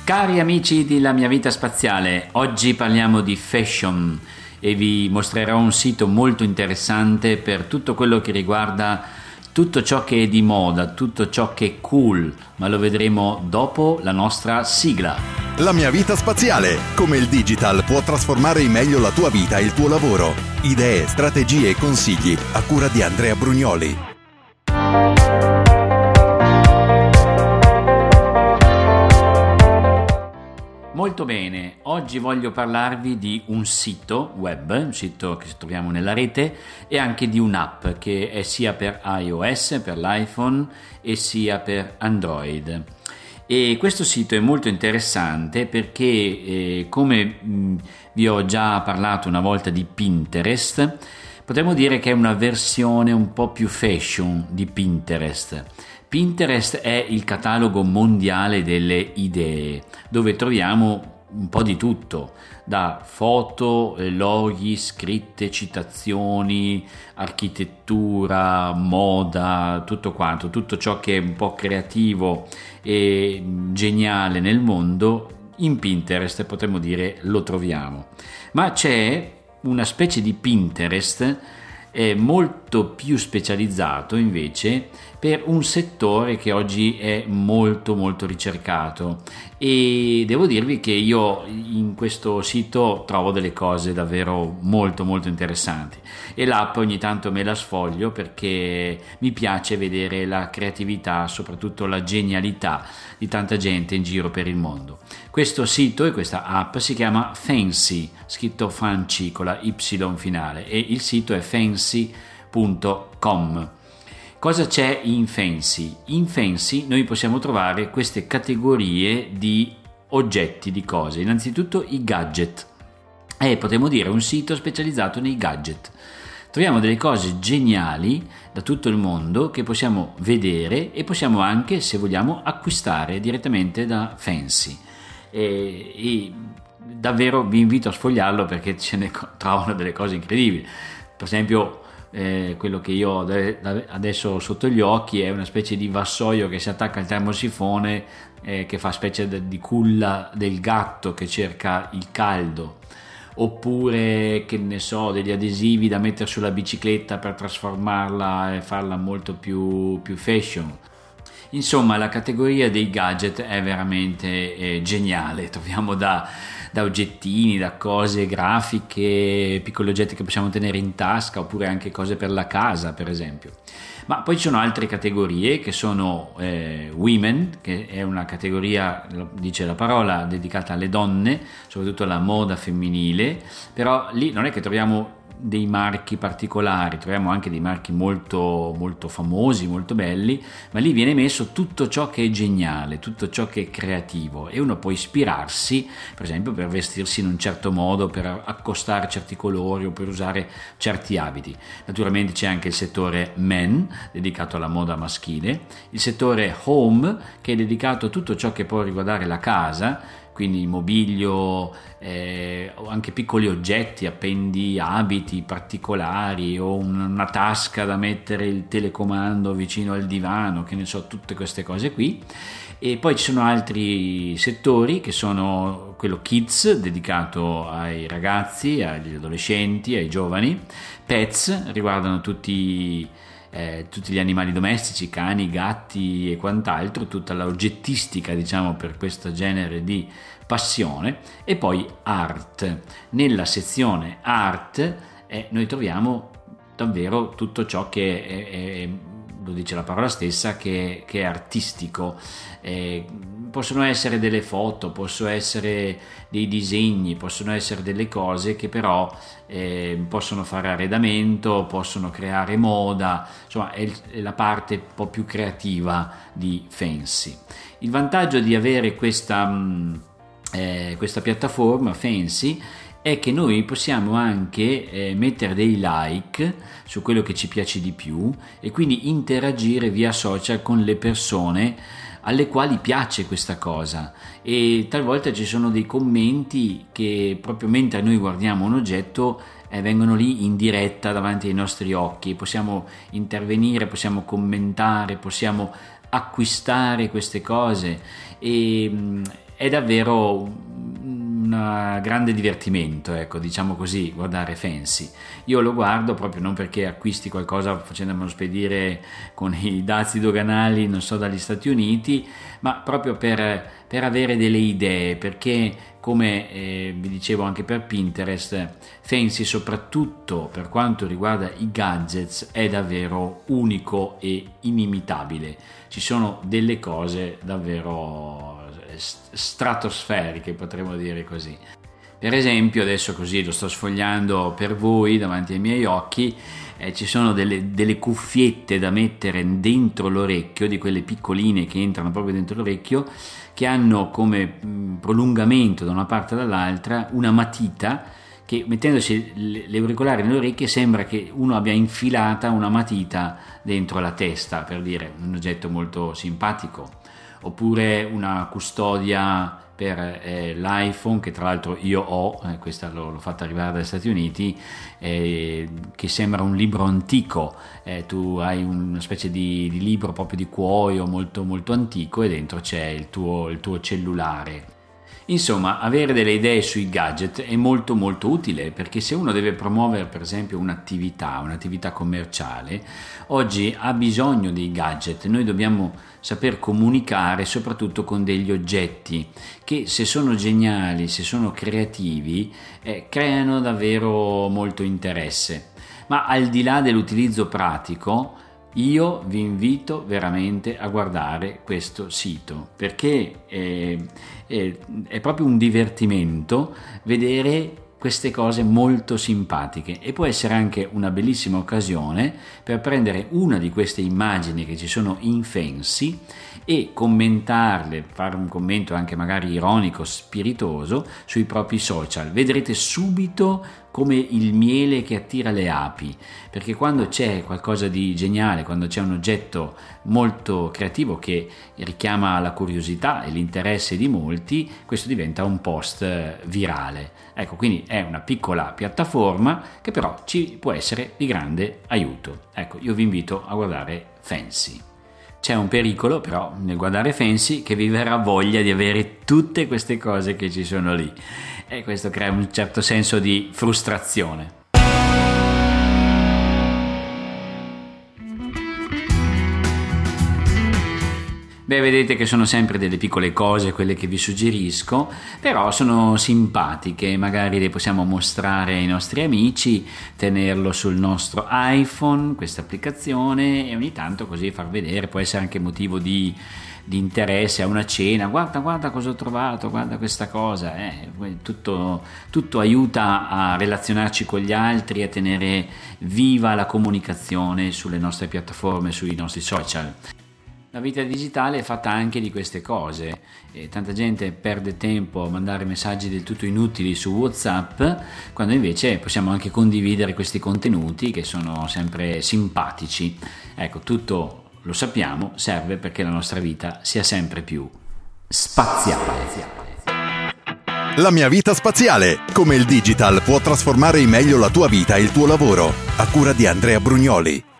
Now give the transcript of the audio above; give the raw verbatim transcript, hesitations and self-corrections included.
Cari amici di La Mia Vita Spaziale, oggi parliamo di fashion e vi mostrerò un sito molto interessante per tutto quello che riguarda tutto ciò che è di moda, tutto ciò che è cool, ma lo vedremo dopo la nostra sigla. La Mia Vita Spaziale, come il digital può trasformare in meglio la tua vita e il tuo lavoro. Idee, strategie e consigli a cura di Andrea Brugnoli. Molto bene, oggi voglio parlarvi di un sito web, un sito che troviamo nella rete, e anche di un'app che è sia per iOS, per l'iPhone, e sia per Android. E questo sito è molto interessante perché, eh, come mh, vi ho già parlato una volta di Pinterest, potremmo dire che è una versione un po' più fashion di Pinterest. Pinterest è il catalogo mondiale delle idee, dove troviamo un po' di tutto, da foto, loghi, scritte, citazioni, architettura, moda, tutto quanto, tutto ciò che è un po' creativo e geniale nel mondo, in Pinterest potremmo dire lo troviamo. Ma c'è una specie di Pinterest è molto più specializzato invece per un settore che oggi è molto molto ricercato, e devo dirvi che io in questo sito trovo delle cose davvero molto molto interessanti, e l'app ogni tanto me la sfoglio perché mi piace vedere la creatività, soprattutto la genialità di tanta gente in giro per il mondo. Questo sito e questa app si chiama Fancy, scritto Fancy con la Y finale, e il sito è fancy punto com. Cosa c'è in Fancy? In Fancy noi possiamo trovare queste categorie di oggetti, di cose. Innanzitutto i gadget. È, potremmo dire, un sito specializzato nei gadget. Troviamo delle cose geniali da tutto il mondo che possiamo vedere e possiamo anche, se vogliamo, acquistare direttamente da Fancy. E, e davvero vi invito a sfogliarlo perché ce ne trovano delle cose incredibili. Per esempio, eh, quello che io adesso ho sotto gli occhi è una specie di vassoio che si attacca al termosifone, eh, che fa specie di culla del gatto che cerca il caldo. Oppure, che ne so, degli adesivi da mettere sulla bicicletta per trasformarla e farla molto più, più fashion. Insomma, la categoria dei gadget è veramente eh, geniale. Troviamo da, da oggettini, da cose grafiche, piccoli oggetti che possiamo tenere in tasca, oppure anche cose per la casa, per esempio. Ma poi ci sono altre categorie che sono eh, Women, che è una categoria, dice la parola, dedicata alle donne, soprattutto alla moda femminile, però lì non è che troviamo dei marchi particolari, troviamo anche dei marchi molto molto famosi, molto belli, ma lì viene messo tutto ciò che è geniale, tutto ciò che è creativo, e uno può ispirarsi, per esempio, per vestirsi in un certo modo, per accostare certi colori o per usare certi abiti. Naturalmente c'è anche il settore men, dedicato alla moda maschile, il settore home, che è dedicato a tutto ciò che può riguardare la casa, quindi mobilio, eh, o anche piccoli oggetti, appendi abiti particolari o una tasca da mettere il telecomando vicino al divano, che ne so, tutte queste cose qui. E poi ci sono altri settori che sono quello kids, dedicato ai ragazzi, agli adolescenti, ai giovani. Pets riguardano tutti Eh, tutti gli animali domestici, cani, gatti e quant'altro, tutta l'oggettistica, diciamo, per questo genere di passione. E poi art. Nella sezione art eh, noi troviamo davvero tutto ciò che è, è, lo dice la parola stessa, che, che è artistico. Eh, possono essere delle foto, possono essere dei disegni, possono essere delle cose che però eh, possono fare arredamento, possono creare moda, insomma è, è la parte un po' più creativa di Fancy. Il vantaggio di avere questa, mh, eh, questa piattaforma Fancy è che noi possiamo anche eh, mettere dei like su quello che ci piace di più e quindi interagire via social con le persone alle quali piace questa cosa, e talvolta ci sono dei commenti che proprio mentre noi guardiamo un oggetto eh, vengono lì in diretta davanti ai nostri occhi, possiamo intervenire, possiamo commentare, possiamo acquistare queste cose, e è davvero un grande divertimento, ecco, diciamo così, guardare Fancy. Io lo guardo proprio non perché acquisti qualcosa facendomelo spedire con i dazi doganali, non so, dagli Stati Uniti, ma proprio per, per avere delle idee, perché come eh, vi dicevo anche per Pinterest, Fancy, soprattutto per quanto riguarda i gadgets, è davvero unico e inimitabile. Ci sono delle cose davvero stratosferiche, potremmo dire così. Per esempio, adesso così lo sto sfogliando per voi davanti ai miei occhi, eh, ci sono delle, delle cuffiette da mettere dentro l'orecchio, di quelle piccoline che entrano proprio dentro l'orecchio, che hanno come mh, prolungamento da una parte e dall'altra una matita che, mettendosi l'auricolare nelle orecchie, sembra che uno abbia infilata una matita dentro la testa, per dire, un oggetto molto simpatico. Oppure una custodia per eh, l'iPhone, che tra l'altro io ho, eh, questa l'ho, l'ho fatta arrivare dagli Stati Uniti, eh, che sembra un libro antico. Eh, tu hai una specie di, di libro proprio di cuoio molto molto antico e dentro c'è il tuo, il tuo cellulare. Insomma, avere delle idee sui gadget è molto molto utile, perché se uno deve promuovere per esempio un'attività, un'attività commerciale, oggi ha bisogno dei gadget. Noi dobbiamo saper comunicare soprattutto con degli oggetti che, se sono geniali, se sono creativi, eh, creano davvero molto interesse. Ma al di là dell'utilizzo pratico, io vi invito veramente a guardare questo sito, perché è, è, è proprio un divertimento vedere queste cose molto simpatiche, e può essere anche una bellissima occasione per prendere una di queste immagini che ci sono in Fancy e commentarle, fare un commento anche magari ironico, spiritoso sui propri social. Vedrete subito come il miele che attira le api, perché quando c'è qualcosa di geniale, quando c'è un oggetto molto creativo che richiama la curiosità e l'interesse di molti, questo diventa un post virale. Ecco, quindi è una piccola piattaforma che però ci può essere di grande aiuto. Ecco, io vi invito a guardare Fancy. C'è un pericolo però nel guardare Fancy, che vi verrà voglia di avere tutte queste cose che ci sono lì, e questo crea un certo senso di frustrazione. Beh, vedete che sono sempre delle piccole cose quelle che vi suggerisco, però sono simpatiche, magari le possiamo mostrare ai nostri amici, tenerlo sul nostro iPhone, questa applicazione, e ogni tanto così far vedere, può essere anche motivo di, di interesse a una cena. Guarda, guarda cosa ho trovato, guarda questa cosa, eh. tutto, tutto aiuta a relazionarci con gli altri, a tenere viva la comunicazione sulle nostre piattaforme, sui nostri social. La vita digitale è fatta anche di queste cose, e tanta gente perde tempo a mandare messaggi del tutto inutili su WhatsApp, quando invece possiamo anche condividere questi contenuti che sono sempre simpatici. Ecco, tutto, lo sappiamo, serve perché la nostra vita sia sempre più spaziale. La mia vita spaziale, come il digital può trasformare in meglio la tua vita e il tuo lavoro, a cura di Andrea Brugnoli.